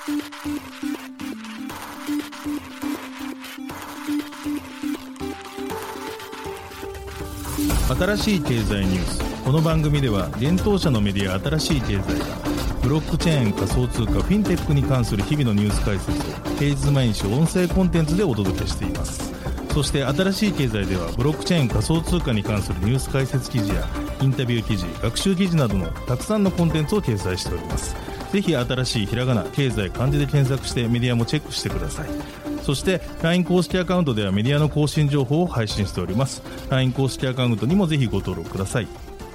新しい経済ニュース。この番組では現当社のメディア新しい経済がブロックチェーン、仮想通貨、フィンテックに関する日々のニュース解説を平日毎日音声コンテンツでお届けしています。そして新しい経済ではブロックチェーン、仮想通貨に関するニュース解説記事やインタビュー記事、学習記事などのたくさんのコンテンツを掲載しております。ぜひ新しいひらがな、経済、漢字で検索してメディアもチェックしてください。そして LINE 公式アカウントではメディアの更新情報を配信しております。 LINE 公式アカウントにもぜひご登録ください。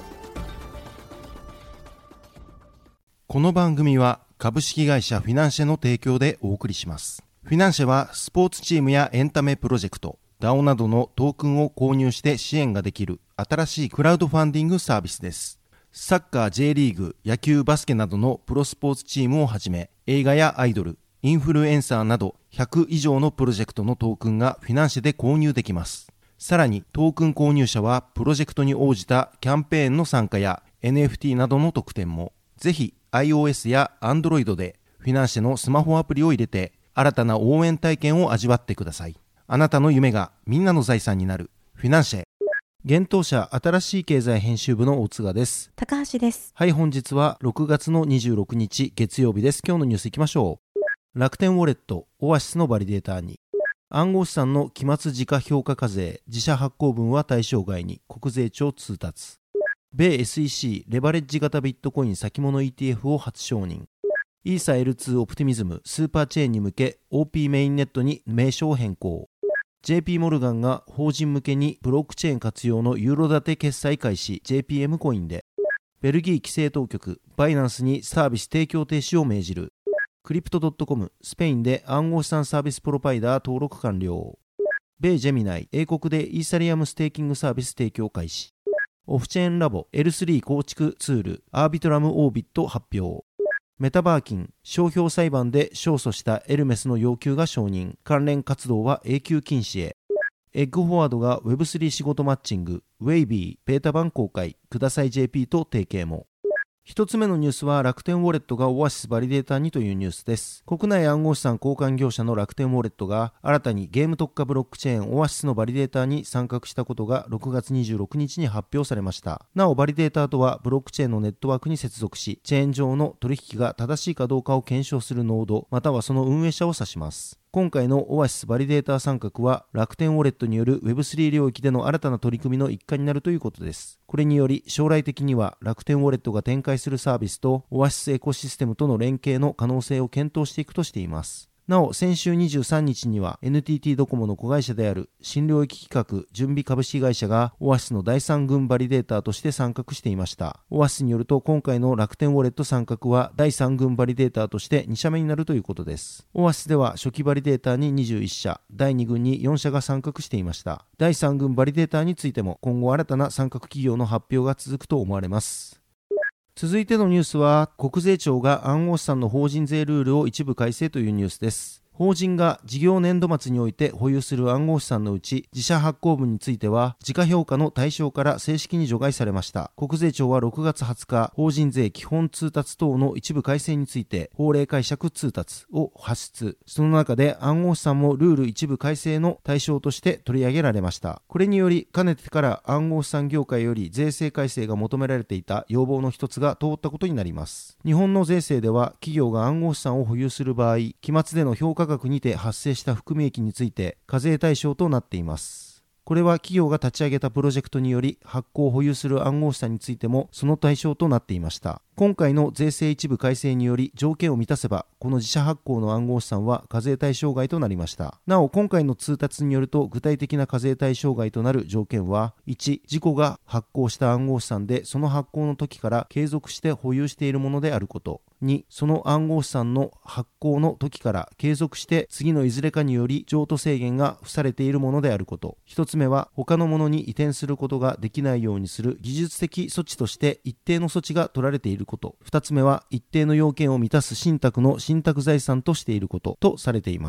この番組は株式会社フィナンシェの提供でお送りします。フィナンシェはスポーツチームやエンタメプロジェクト、DAO などのトークンを購入して支援ができる新しいクラウドファンディングサービスです。サッカー、J リーグ、野球、バスケなどのプロスポーツチームをはじめ、映画やアイドル、インフルエンサーなど100以上のプロジェクトのトークンがフィナンシェで購入できます。さらにトークン購入者はプロジェクトに応じたキャンペーンの参加や NFT などの特典も。ぜひ iOS や Android でフィナンシェのスマホアプリを入れて新たな応援体験を味わってください。あなたの夢がみんなの財産になるフィナンシェ。現当社新しい経済編集部の大津賀です。 高橋です。 はい、本日は6月の26日月曜日です。今日のニュースいきましょう。楽天ウォレット、オアシスのバリデータに暗号資産の期末時価評価課税自社発行分は対象外に国税庁通達。米 SEC レバレッジ型ビットコイン先物 ETF を初承認。イーサ L2 オプティミズムスーパーチェーンに向け OP メインネットに名称を変更。 JP モルガンが法人向けにブロックチェーン活用のユーロ建て決済開始 JPM コインで。ベルギー規制当局バイナンスにサービス提供停止を命じる。クリプト .com スペインで暗号資産サービスプロバイダー登録完了。米ジェミナイ英国でイーサリアムステーキングサービス提供開始。オフチェーンラボ L3 構築ツールアービトラムオービット発表。メタバーキン商標裁判で勝訴したエルメスの要求が承認。関連活動は永久禁止へ。エッグフォワードが Web3 仕事マッチングウェイビーベータ版公開ください JP と提携も。一つ目のニュースは楽天ウォレットがオアシスバリデータにというニュースです。国内暗号資産交換業者の楽天ウォレットが新たにゲーム特化ブロックチェーンオアシスのバリデータに参画したことが6月26日に発表されました。なおバリデータとはブロックチェーンのネットワークに接続しチェーン上の取引が正しいかどうかを検証するノードまたはその運営者を指します。今回のオアシスバリデータ参画は楽天ウォレットによる Web3 領域での新たな取り組みの一環になるということです。これにより将来的には楽天ウォレットが展開するサービスとオアシスエコシステムとの連携の可能性を検討していくとしています。なお先週23日には NTT ドコモの子会社である新領域企画準備株式会社がオアシスの第3群バリデータとして参画していました。オアシスによると今回の楽天ウォレット参画は第3群バリデータとして2社目になるということです。オアシスでは初期バリデータに21社第2群に4社が参画していました。第3群バリデータについても今後新たな参画企業の発表が続くと思われます。続いてのニュースは国税庁が暗号資産の法人税ルールを一部改正というニュースです。法人が事業年度末において保有する暗号資産のうち自社発行分については時価評価の対象から正式に除外されました。国税庁は6月20日法人税基本通達等の一部改正について法令解釈通達を発出。その中で暗号資産もルール一部改正の対象として取り上げられました。これによりかねてから暗号資産業界より税制改正が求められていた要望の一つが通ったことになります。日本の税制では企業が暗号資産を保有する場合期末での評価額にて発生した含み益について課税対象となっています。これは企業が立ち上げたプロジェクトにより発行を保有する暗号資産についてもその対象となっていました。今回の税制一部改正により条件を満たせばこの自社発行の暗号資産は課税対象外となりました。なお今回の通達によると具体的な課税対象外となる条件は1、自己が発行した暗号資産でその発行の時から継続して保有しているものであること。2、その暗号資産の発行の時から継続して次のいずれかにより譲渡制限が付されているものであること。1つ目は他のものに移転することができないようにする技術的措置として一定の措置が取られていること。2つ目は一定の要件を満たす信託の信託財産としていることとされています。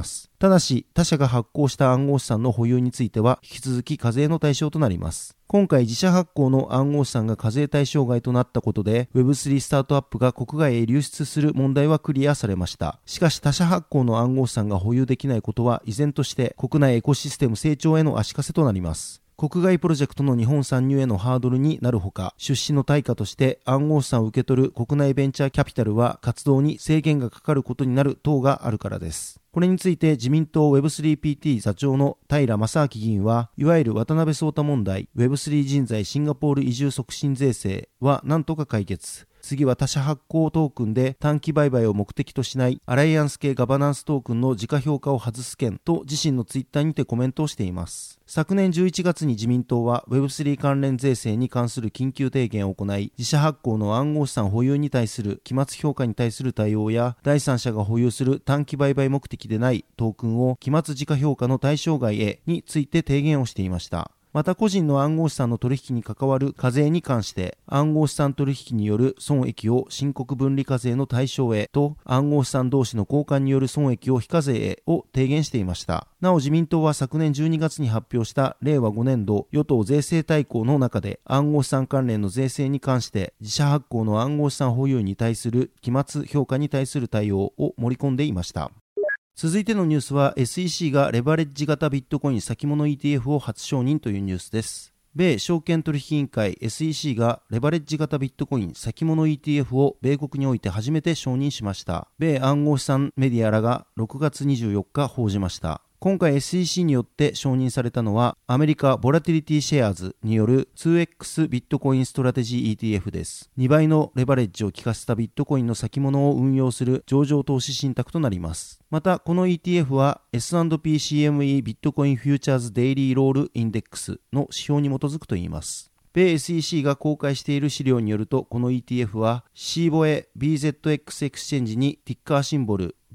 ただし、他社が発行した暗号資産の保有については引き続き課税の対象となります。今回自社発行の暗号資産が課税対象外となったことで Web3 スタートアップが国外へ流出する問題はクリアされました。しかし他社発行の暗号資産が保有できないことは依然として国内エコシステム成長への足かせとなります。国外プロジェクトの日本参入へのハードルになるほか、出資の対価として暗号資産を受け取る国内ベンチャーキャピタルは活動に制限がかかることになる等があるからです。これについて自民党 Web3PT 座長の平正明議員は、いわゆる渡辺壮太問題 Web3 人材シンガポール移住促進税制は何とか解決。次は他社発行トークンで短期売買を目的としないアライアンス系ガバナンストークンの時価評価を外す件と自身のツイッターにてコメントをしています。昨年11月に自民党は Web3 関連税制に関する緊急提言を行い、自社発行の暗号資産保有に対する期末評価に対する対応や、第三者が保有する短期売買目的でないトークンを期末時価評価の対象外へについて提言をしていました。また個人の暗号資産の取引に関わる課税に関して暗号資産取引による損益を申告分離課税の対象へと暗号資産同士の交換による損益を非課税へを提言していました。なお自民党は昨年12月に発表した令和5年度与党税制大綱の中で暗号資産関連の税制に関して自社発行の暗号資産保有に対する期末評価に対する対応を盛り込んでいました。続いてのニュースは SEC がレバレッジ型ビットコイン先物 ETF を初承認というニュースです。米証券取引委員会 SEC がレバレッジ型ビットコイン先物 ETF を米国において初めて承認しました。米暗号資産メディアらが6月24日報じました。今回 SEC によって承認されたのはアメリカボラティリティシェアーズによる 2X ビットコインストラテジー ETF です。2倍のレバレッジを効かせたビットコインの先物を運用する上場投資信託となります。またこの ETF は S&P CME ビットコインフューチャーズデイリーロールインデックスの指標に基づくといいます。米 SEC が公開している資料によるとこの ETF は CBOE BZX エクスチェンジにティッカーシンボル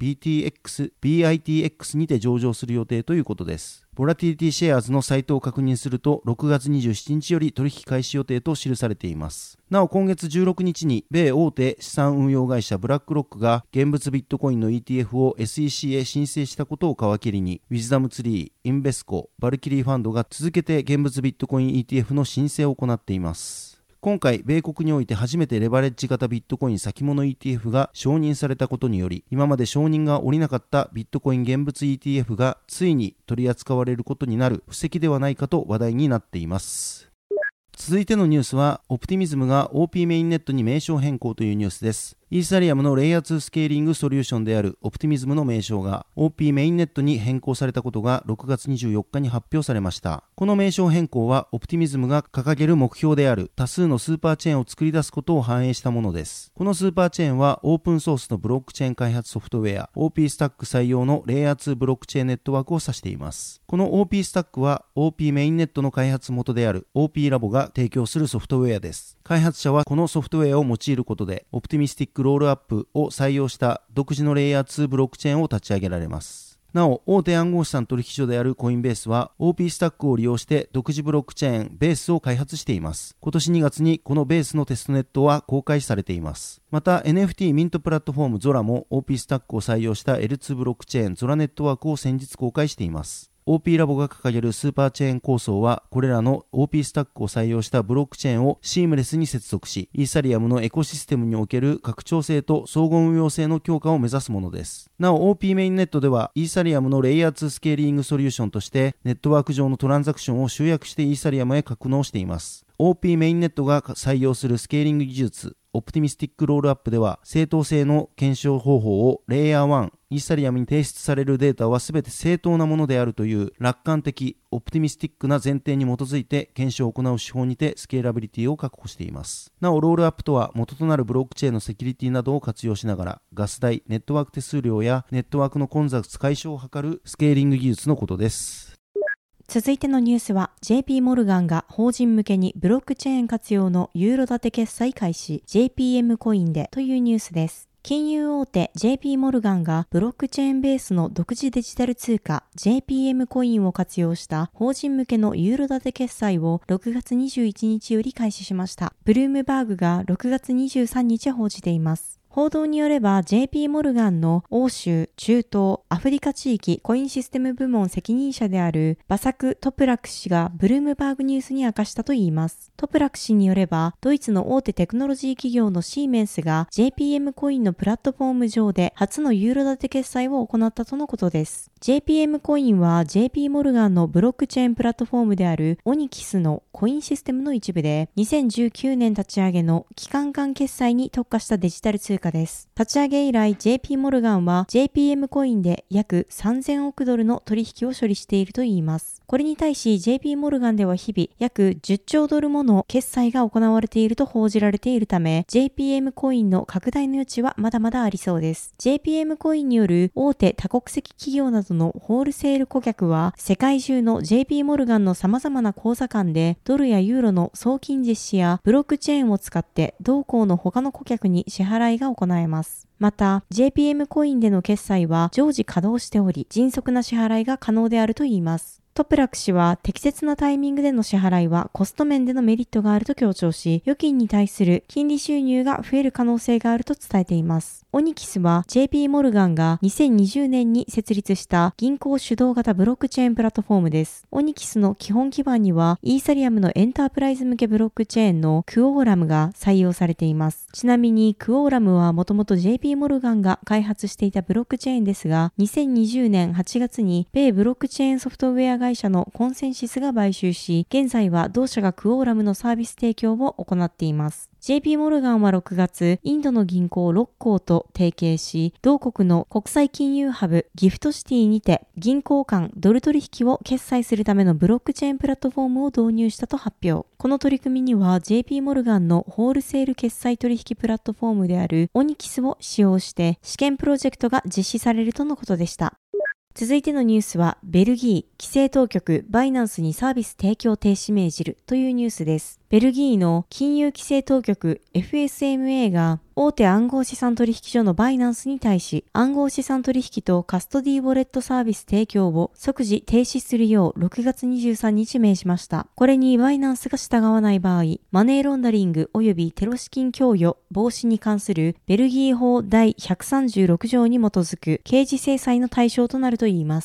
BITX にて上場する予定ということです。ボラティリティシェアーズのサイトを確認すると6月27日より取引開始予定と記されています。なお今月16日に米大手資産運用会社ブラックロックが現物ビットコインの ETF を SEC へ申請したことを皮切りにウィズダムツリー、インベスコ、バルキリーファンドが続けて現物ビットコイン ETF の申請を行っています。今回米国において初めてレバレッジ型ビットコイン先物 ETF が承認されたことにより今まで承認が下りなかったビットコイン現物 ETF がついに取り扱われることになる布石ではないかと話題になっています。続いてのニュースはオプティミズムが OP メインネットに名称変更というニュースです。イーサリアムのレイヤー2スケーリングソリューションであるオプティミズムの名称が OP メインネットに変更されたことが6月24日に発表されました。この名称変更はオプティミズムが掲げる目標である多数のスーパーチェーンを作り出すことを反映したものです。このスーパーチェーンはオープンソースのブロックチェーン開発ソフトウェア OP スタック採用のレイヤー2ブロックチェーンネットワークを指しています。この OP スタックは OP メインネットの開発元である OP ラボが提供するソフトウェアです。開発者はこのソフトウェアを用いることでオプティミスティックロールアップを採用した独自のレイヤー2ブロックチェーンを立ち上げられます。なお、大手暗号資産取引所であるコインベースは OP スタックを利用して独自ブロックチェーンベースを開発しています。今年2月にこのベースのテストネットは公開されています。また NFT ミントプラットフォーム Zora も OP スタックを採用した L2 ブロックチェーン Zora ネットワークを先日公開しています。OP ラボが掲げるスーパーチェーン構想はこれらの OP スタックを採用したブロックチェーンをシームレスに接続しイーサリアムのエコシステムにおける拡張性と相互運用性の強化を目指すものです。なお OP メインネットではイーサリアムのレイヤー2スケーリングソリューションとしてネットワーク上のトランザクションを集約してイーサリアムへ格納しています。OP メインネットが採用するスケーリング技術オプティミスティックロールアップでは正当性の検証方法をレイヤー1イーサリアムに提出されるデータは全て正当なものであるという楽観的オプティミスティックな前提に基づいて検証を行う手法にてスケーラビリティを確保しています。なおロールアップとは元となるブロックチェーンのセキュリティなどを活用しながらガス代、ネットワーク手数料やネットワークの混雑解消を図るスケーリング技術のことです。 続いてのニュースは JP モルガンが法人向けにブロックチェーン活用のユーロ建て決済開始 JPM コインでというニュースです。金融大手 JP モルガンがブロックチェーンベースの独自デジタル通貨 JPM コインを活用した法人向けのユーロ建て決済を6月21日より開始しました。ブルームバーグが6月23日報じています。 報道によれば JP モルガンの欧州、中東、アフリカ地域コインシステム部門責任者であるバサク・トプラク氏がブルームバーグニュースに明かしたといいます。トプラク氏によれば、ドイツの大手テクノロジー企業のシーメンスが JPM コインのプラットフォーム上で初のユーロ建て決済を行ったとのことです。JPM コインは JP モルガンのブロックチェーンプラットフォームであるオニキスのコインシステムの一部で、2019年立ち上げの機関間決済に特化したデジタル通貨です。立ち上げ以来 JP モルガンは JPM コインで約3000億ドルの取引を処理しているといいます。これに対し JP モルガンでは日々約10兆ドルもの決済が行われていると報じられているため、JPM コインの拡大の余地はまだまだありそうです。JPM コインによる大手多国籍企業などのホールセール顧客は世界中の JP モルガンの様々な口座間でドルやユーロの送金実施やブロックチェーンを使って同行の他の顧客に支払いが行えます。また JPM コインでの決済は常時稼働しており、迅速な支払いが可能であるといいます。トプラク氏は適切なタイミングでの支払いはコスト面でのメリットがあると強調し、預金に対する金利収入が増える可能性があると伝えています。オニキスは JP モルガンが2020年に設立した銀行主導型ブロックチェーンプラットフォームです。オニキスの基本基盤にはイーサリアムのエンタープライズ向けブロックチェーンのクオーラムが採用されています。ちなみにクオーラムはもともと JP モルガンが開発していたブロックチェーンですが、2020年8月に米ブロックチェーンソフトウェア会社のコンセンシスが買収し、現在は同社がクオーラムのサービス提供を行っています。JP モルガンは6月、インドの銀行6行と提携し、同国の国際金融ハブギフトシティにて銀行間ドル取引を決済するためのブロックチェーンプラットフォームを導入したと発表。この取り組みには JP モルガンのホールセール決済取引プラットフォームであるオニキスを使用して試験プロジェクトが実施されるとのことでした。続いてのニュースは、ベルギー規制当局バイナンスにサービス提供停止命じるというニュースです。ベルギーの金融規制当局 FSMA が大手暗号資産取引所のバイナンスに対し、暗号資産取引とカストディウォレットサービス提供を即時停止するよう6月23日命じました。これにバイナンスが従わない場合、マネーロンダリング及びテロ資金供与防止に関するベルギー法第136条に基づく刑事制裁の対象となるといいます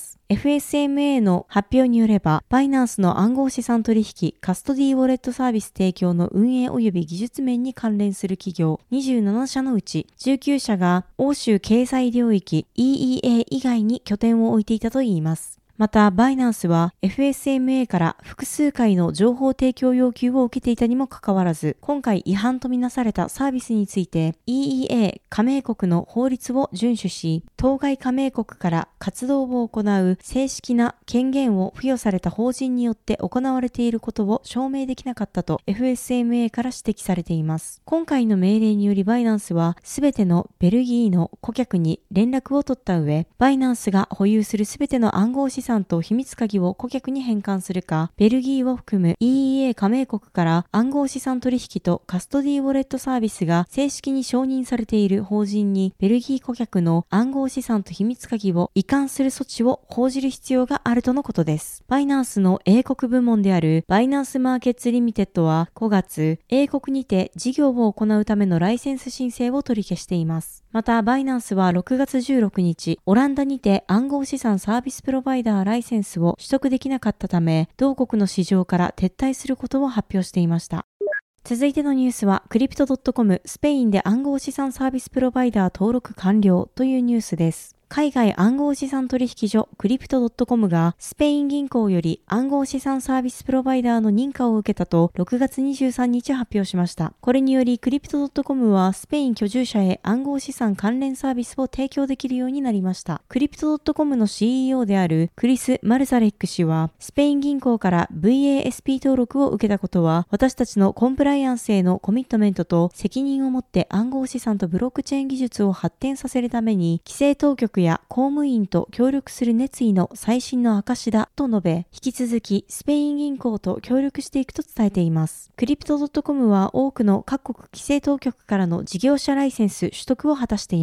。FSMA の発表によれば、バイナンスの暗号資産取引カストディウォレットサービス提供の運営及び技術面に関連する企業27社のうち19社が欧州経済領域 EEA 以外に拠点を置いていたといいます。また、バイナンスは FSMA から複数回の情報提供要求を受けていたにもかかわらず、今回違反とみなされたサービスについて EEA 加盟国の法律を遵守し、当該加盟国から活動を行う正式な権限を付与された法人によって行われていることを証明できなかったと FSMA から指摘されています。今回の命令によりバイナンスはすべてのベルギーの顧客に連絡を取った上、バイナンスが保有するすべての暗号資産と秘密鍵を顧客に返還するか、ベルギーを含む EEA 加盟国から暗号資産取引とカストディウォレットサービスが正式に承認されている法人にベルギー顧客の暗号資産と秘密鍵を移管する措置を講じる必要があるとのことです。バイナンスの英国部門であるバイナンスマーケッツリミテッドは5月、英国にて事業を行うためのライセンス申請を取り消しています。また、バイナンスは6月16日、オランダにて暗号資産サービスプロバイダーライセンスを取得できなかったため、同国の市場から撤退することを発表していました。続いてのニュースは、クリプト .com スペインで暗号資産サービスプロバイダー登録完了というニュースです。海外暗号資産取引所クリプト .com がスペイン銀行より暗号資産サービスプロバイダーの認可を受けたと6月23日発表しました。これによりクリプト .com はスペイン居住者へ暗号資産関連サービスを提供できるようになりました。クリプト .com の CEO であるクリス・マルザレック氏は、スペイン銀行から VASP 登録を受けたことは私たちのコンプライアンスへのコミットメントと責任を持って暗号資産とブロックチェーン技術を発展させるために規制当局や公務員と協力する熱意の最新の証だと述べ、引き続きスペイン銀行と協力していくと伝えています。クリプト .com は多くの各国規制当局からの事業者ライセンス取得を果たしています。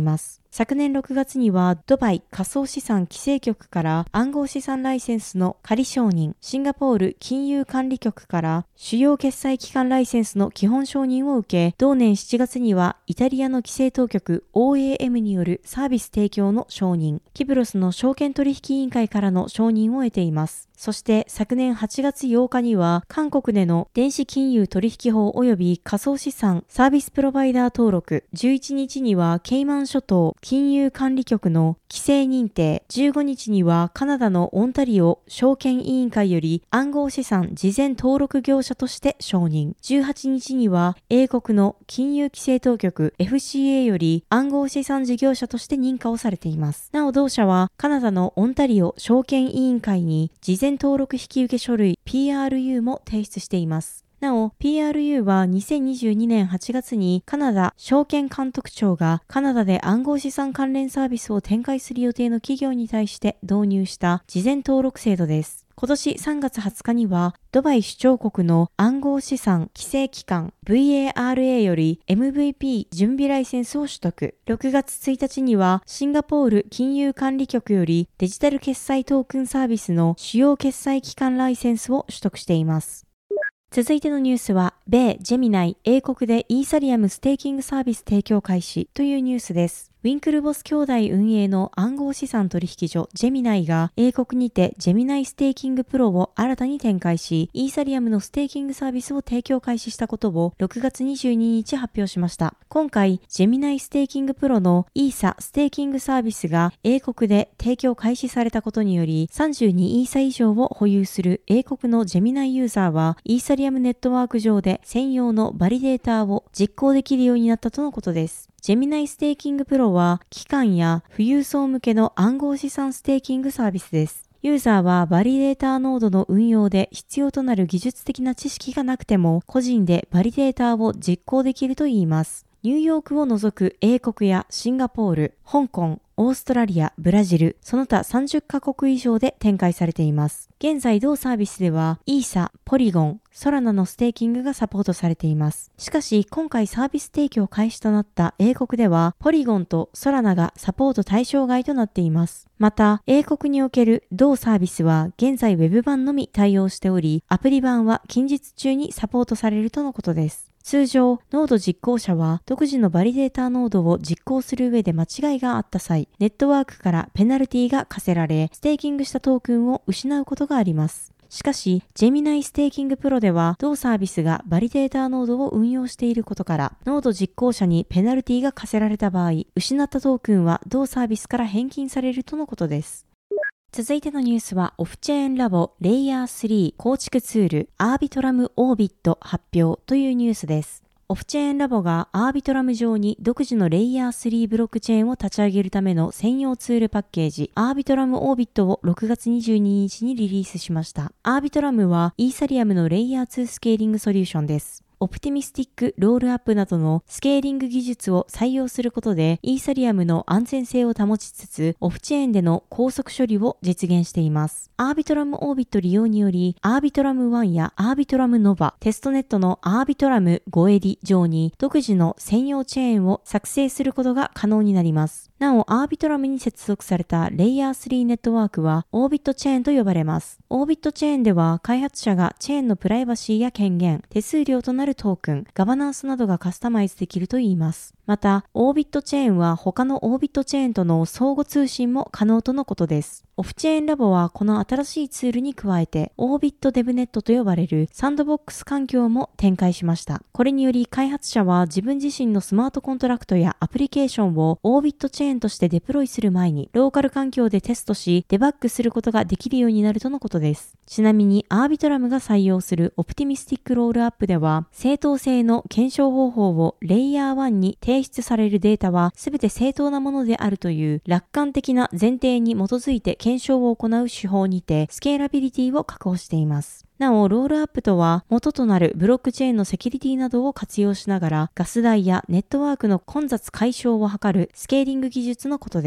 昨年6月にはドバイ仮想資産規制局から暗号資産ライセンスの仮承認、シンガポール金融管理局から主要決済機関ライセンスの基本承認を受け、同年7月にはイタリアの規制当局 OAM によるサービス提供の承認、キプロスの証券取引委員会からの承認を得ています。そして昨年8月8日には韓国での電子金融取引法及び仮想資産サービスプロバイダー登録、11日にはケイマン諸島金融管理局の規制認定、15日にはカナダのオンタリオ証券委員会より暗号資産事前登録業者として承認、18日には英国の金融規制当局 FCA より暗号資産事業者として認可をされています。なお同社はカナダのオンタリオ証券委員会に事前登録引受書類 PRU も提出しています。なお、PRU は2022年8月にカナダ証券監督庁がカナダで暗号資産関連サービスを展開する予定の企業に対して導入した事前登録制度です。今年3月20日にはドバイ首長国の暗号資産規制機関 VARA より MVP 準備ライセンスを取得。6月1日にはシンガポール金融管理局よりデジタル決済トークンサービスの主要決済機関ライセンスを取得しています。続いてのニュースは、米ジェミナイ英国でイーサリアムステーキングサービス提供開始というニュースです。ウィンクルボス兄弟運営の暗号資産取引所ジェミナイが英国にてジェミナイステーキングプロを新たに展開し、イーサリアムのステーキングサービスを提供開始したことを6月22日発表しました。今回、ジェミナイステーキングプロのイーサステーキングサービスが英国で提供開始されたことにより、32イーサ以上を保有する英国のジェミナイユーザーは、イーサリアムネットワーク上で専用のバリデータを実行できるようになったとのことです。ジェミナイステーキングプロは、機関や富裕層向けの暗号資産ステーキングサービスです。ユーザーはバリデータノードの運用で必要となる技術的な知識がなくても、個人でバリデータを実行できるといいます。ニューヨークを除く英国やシンガポール、香港、オーストラリア、ブラジル、その他30カ国以上で展開されています。現在同サービスでは、イーサ、ポリゴン、ソラナのステーキングがサポートされています。しかし、今回サービス提供開始となった英国では、ポリゴンとソラナがサポート対象外となっています。また、英国における同サービスは、現在 Web 版のみ対応しており、アプリ版は近日中にサポートされるとのことです。通常、ノード実行者は独自のバリデータノードを実行する上で間違いがあった際、ネットワークからペナルティが課せられ、ステーキングしたトークンを失うことがあります。しかし、ジェミナイステーキングプロでは、同サービスがバリデータノードを運用していることから、ノード実行者にペナルティが課せられた場合、失ったトークンは同サービスから返金されるとのことです。続いてのニュースは、オフチェーンラボレイヤー3構築ツールアービトラムオービット発表というニュースです。オフチェーンラボがアービトラム上に独自のレイヤー3ブロックチェーンを立ち上げるための専用ツールパッケージアービトラムオービットを6月22日にリリースしました。アービトラムはイーサリアムのレイヤー2スケーリングソリューションです。オプティミスティックロールアップなどのスケーリング技術を採用することでイーサリアムの安全性を保ちつつオフチェーンでの高速処理を実現しています。アービトラムオービット利用によりアービトラム1やアービトラムノバ、テストネットのアービトラム5エディ上に独自の専用チェーンを作成することが可能になります。なお、アービトラムに接続されたレイヤー3ネットワークはオービットチェーンと呼ばれます。オービットチェーンでは開発者がチェーンのプライバシーや権限、手数料となるトークン、ガバナンスなどがカスタマイズできるといいます。また、オービットチェーンは他のオービットチェーンとの相互通信も可能とのことです。オフチェーンラボはこの新しいツールに加えて、オービットデブネットと呼ばれるサンドボックス環境も展開しました。これにより開発者は自分自身のスマートコントラクトやアプリケーションをオービットチェーンとしてデプロイする前に、ローカル環境でテストし、デバッグすることができるようになるとのことです。ちなみに、アービトラムが採用するオプティミスティックロールアップでは、正当性の検証方法をレイヤー1に提出されるデータは全て正当なものであるという楽観的な前提に基づいて検証を行う手法にてスケーラビリティを確保しています。なお、ロールアップとは元となるブロックチェーンのセキュリティなどを活用しながらガス代やネットワークの混雑解消を図るスケーリング技術のことです。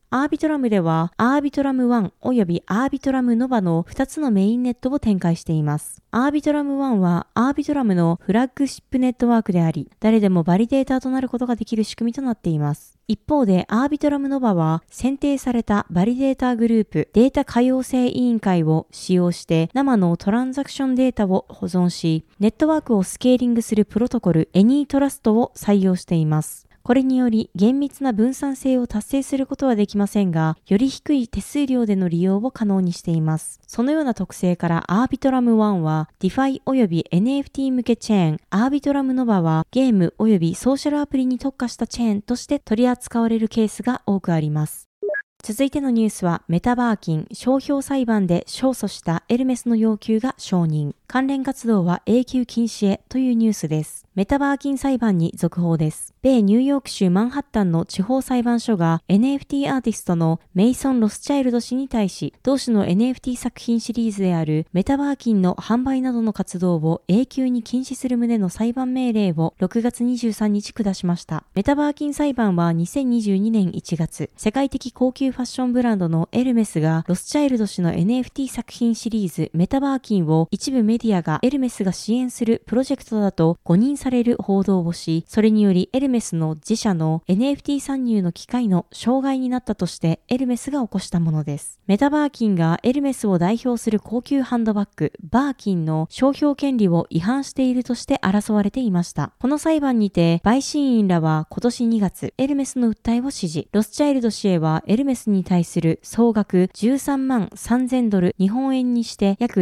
アービトラムではアービトラム1およびアービトラムノバの2つのメインネットを展開しています。アービトラム1はアービトラムのフラッグシップネットワークであり、誰でもバリデーターとなることができる仕組みとなっています。一方でアービトラムノバは選定されたバリデーターグループデータ可用性委員会を使用して生のトランザクションデータを保存し、ネットワークをスケーリングするプロトコル AnyTrust を採用しています。これにより厳密な分散性を達成することはできませんが、より低い手数料での利用を可能にしています。そのような特性からアービトラム1は DeFi および NFT 向けチェーン、アービトラムノバはゲームおよびソーシャルアプリに特化したチェーンとして取り扱われるケースが多くあります。続いてのニュースはメタバーキン商標裁判で勝訴したエルメスの要求が承認。関連活動は永久禁止へというニュースです。メタバーキン裁判に続報です。米ニューヨーク州マンハッタンの地方裁判所が NFT アーティストのメイソン・ロスチャイルド氏に対し、同種の NFT 作品シリーズであるメタバーキンの販売などの活動を永久に禁止する旨の裁判命令を6月23日下しました。メタバーキン裁判は2022年1月、世界的高級ファッションブランドのエルメスがロスチャイルド氏の NFT 作品シリーズメタバーキンを一部メディアがエルメスが支援するプロジェクトだと誤認される報道をし、それによりエルメスの自社の NFT 参入の機会の障害になったとしてエルメスが起こしたものです。メタバーキンがエルメスを代表する高級ハンドバッグバーキンの商標権利を違反しているとして争われていました。この裁判にて陪審員らは今年2月エルメスの訴えを支持。ロスチャイルド氏へはエルメスに対する総額13万3000ドル日本円にして約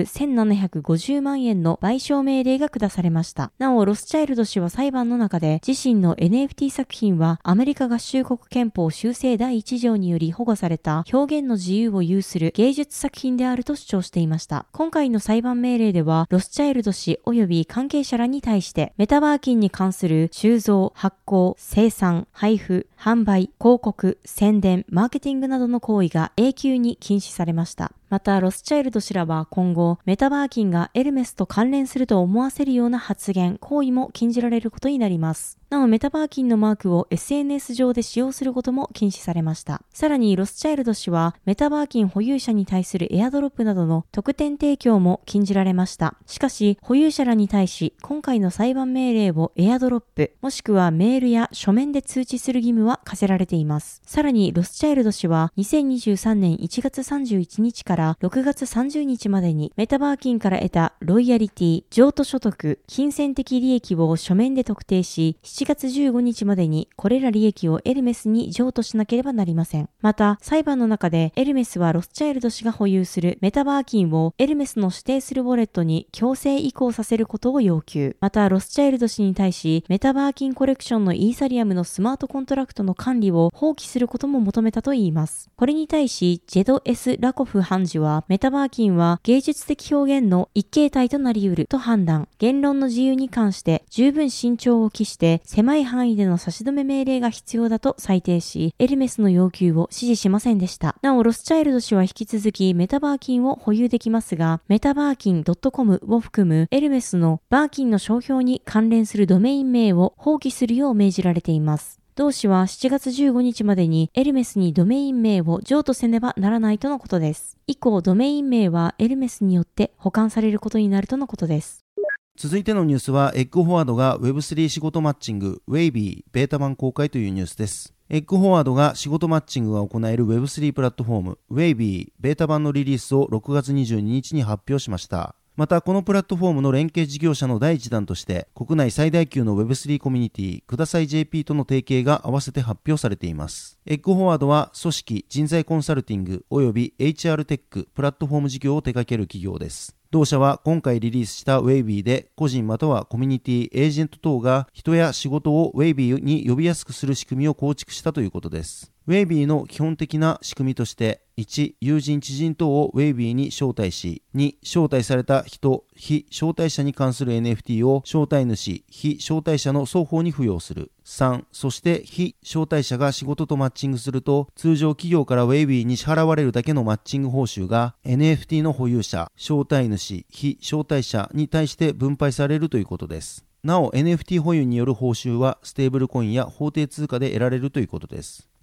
1750万円の賠償命令が下されました。なおロスチャイルド氏は裁判の中で自身の NFT 作品はアメリカ合衆国憲法修正第1条により保護された表現の自由を有する芸術作品であると主張していました。今回の裁判命令ではロスチャイルド氏及び関係者らに対してメタバーキンに関する鋳造、発行、生産、配布、販売、広告、宣伝、マーケティングなどの行為が永久に禁止されました。またロスチャイルド氏らは今後メタバーキンがエルメスと関連すると思わせるような発言、行為も禁じられることになります。なおメタバーキンのマークを SNS 上で使用することも禁止されました。さらにロスチャイルド氏はメタバーキン保有者に対するエアドロップなどの特典提供も禁じられました。しかし保有者らに対し今回の裁判命令をエアドロップもしくはメールや書面で通知する義務は課せられています。さらにロスチャイルド氏は2023年1月31日から6月30日までにメタバーキンから得たロイヤリティ、譲渡所得、金銭的利益を書面で特定し、7月15日までにこれら利益をエルメスに譲渡しなければなりません。また、裁判の中でエルメスはロスチャイルド氏が保有するメタバーキンをエルメスの指定するウォレットに強制移行させることを要求。また、ロスチャイルド氏に対し、メタバーキンコレクションのイーサリアムのスマートコントラクトの管理を放棄することも求めたといいます。これに対し、ジェド・エス・ラコフ判事は、メタバーキンは芸術的表現の一形態となり得ると判断。言論の自由に関して十分慎重を期して狭い範囲での差し止め命令が必要だと裁定し、エルメスの要求を支持しませんでした。なお、ロスチャイルド氏は引き続きメタバーキンを保有できますが、メタバーキン .com を含むエルメスのバーキンの商標に関連するドメイン名を放棄するよう命じられています。同氏は7月15日までにエルメスにドメイン名を譲渡せねばならないとのことです。以降、ドメイン名はエルメスによって保管されることになるとのことです。 続いてのニュースはエッグフォワードが Web3 仕事マッチング Wavy ベータ版公開というニュースです。エッグフォワードが仕事マッチングが行える Web3 プラットフォーム Wavy ベータ版のリリースを6月22日に発表しました。またこのプラットフォームの連携事業者の第一弾として国内最大級の Web3 コミュニティください JP との提携が合わせて発表されています。エッグフォワードは組織、人材コンサルティングおよび HR テックプラットフォーム事業を手掛ける企業です。同社は今回リリースした Wavy で個人またはコミュニティ、エージェント等が人や仕事を Wavy に呼びやすくする仕組みを構築したということです。Wavy の基本的な仕組みとして1、友人知人等を Wavy に招待し、2、招待された人、非招待者に関する NFT を招待主、非招待者の双方に付与する。3、そして非招待者が仕事とマッチングすると、通常企業から Wavy に支払われるだけのマッチング報酬が NFT の保有者、招待主、非招待者に対して分配されるということです。なお NFT 保有による報酬はステーブルコインや法定通貨で得られるということです。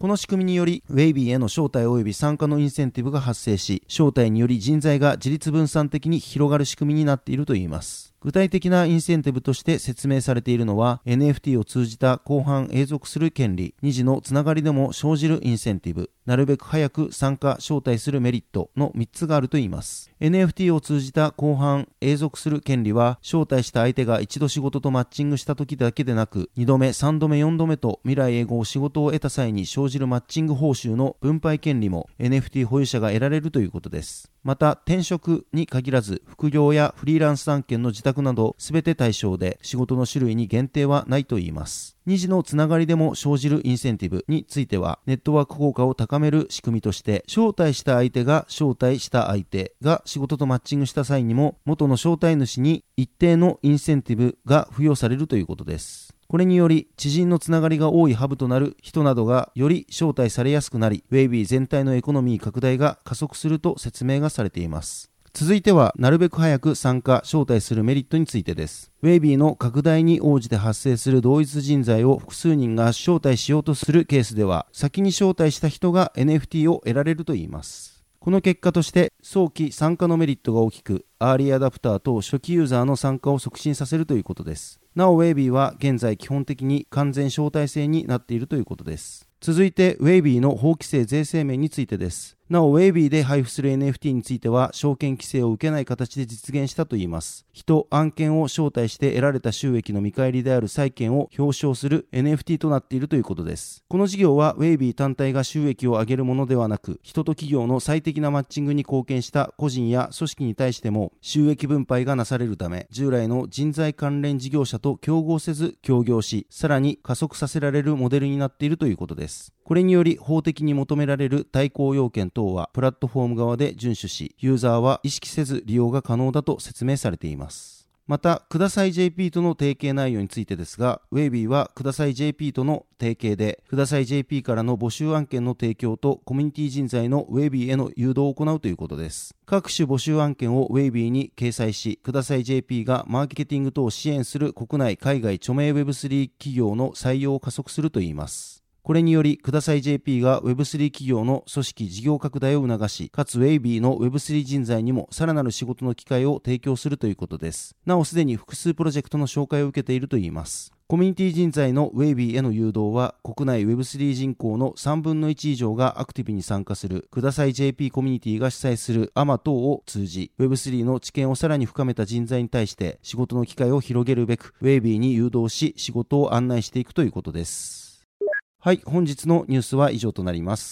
この仕組みにより、ウェイビーへの招待及び参加のインセンティブが発生し、招待により人材が自立分散的に広がる仕組みになっているといいます。具体的なインセンティブとして説明されているのは、NFT を通じた広範永続する権利、二次のつながりでも生じるインセンティブ、なるべく早く参加招待するメリットの3つがあるといいます。NFT を通じた広範永続する権利は、招待した相手が一度仕事とマッチングした時だけでなく、2度目、3度目、4度目と未来永劫仕事を得た際に生じるマッチング報酬の分配権利も NFT 保有者が得られるということです。また、転職に限らず、副業やフリーランス案件の自宅など全て対象で、仕事の種類に限定はないといいます。二次のつながりでも生じるインセンティブについては、ネットワーク効果を高める仕組みとして、招待した相手が招待した相手が仕事とマッチングした際にも、元の招待主に一定のインセンティブが付与されるということです。これにより、知人のつながりが多いハブとなる人などがより招待されやすくなり、ウェイビー全体のエコノミー拡大が加速すると説明がされています。続いては、なるべく早く参加、招待するメリットについてです。ウェイビーの拡大に応じて発生する同一人材を複数人が招待しようとするケースでは、先に招待した人が NFT を得られるといいます。この結果として、早期参加のメリットが大きく、アーリーアダプターと初期ユーザーの参加を促進させるということです。なお、ウェイビーは現在基本的に完全招待制になっているということです。続いて、ウェイビーの法規制税制面についてです。なお、ウェイビーで配布する NFT については、証券規制を受けない形で実現したといいます。人、案件を招待して得られた収益の見返りである債券を表彰する NFT となっているということです。この事業は、ウェイビー単体が収益を上げるものではなく、人と企業の最適なマッチングに貢献した個人や組織に対しても収益分配がなされるため、従来の人材関連事業者と競合せず協業し、さらに加速させられるモデルになっているということです。これにより法的に求められる対抗要件等はプラットフォーム側で遵守し、ユーザーは意識せず利用が可能だと説明されています。また、ください JP との提携内容についてですが、ウェイビーはください JP との提携で、ください JP からの募集案件の提供とコミュニティ人材のウェイビーへの誘導を行うということです。各種募集案件をウェイビーに掲載し、ください JP がマーケティング等を支援する国内海外著名 Web3 企業の採用を加速するといいます。これにより、ください JP が Web3 企業の組織事業拡大を促し、かつウェイビーの Web3 人材にもさらなる仕事の機会を提供するということです。なお、すでに複数プロジェクトの紹介を受けているといいます。コミュニティ人材のウェイビーへの誘導は、国内 Web3 人口の3分の1以上がアクティブに参加するください JP コミュニティが主催するAMA等を通じ、Web3 の知見をさらに深めた人材に対して仕事の機会を広げるべく、ウェイビーに誘導し、仕事を案内していくということです。はい、本日のニュースは以上となります。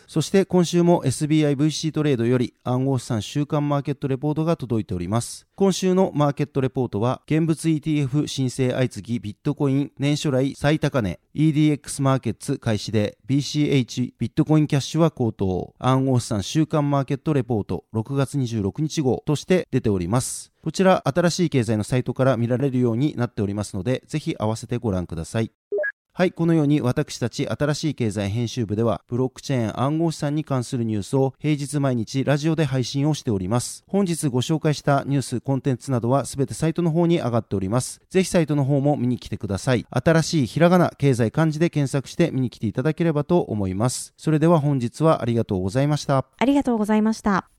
そして今週も SBI VC トレードより暗号資産週間マーケットレポートが届いております。今週のマーケットレポートは、現物 ETF 申請相次ぎビットコイン年初来最高値、EDX マーケッツ開始で BCH ビットコインキャッシュは高騰、暗号資産週間マーケットレポート6月26日号として出ております。こちら新しい経済のサイトから見られるようになっておりますので、ぜひ合わせてご覧ください。はい、このように私たち新しい経済編集部では、ブロックチェーン暗号資産に関するニュースを平日毎日ラジオで配信をしております。本日ご紹介したニュース、コンテンツなどはすべてサイトの方に上がっております。ぜひサイトの方も見に来てください。新しいひらがな、経済漢字で検索して見に来ていただければと思います。それでは本日はありがとうございました。 ありがとうございました。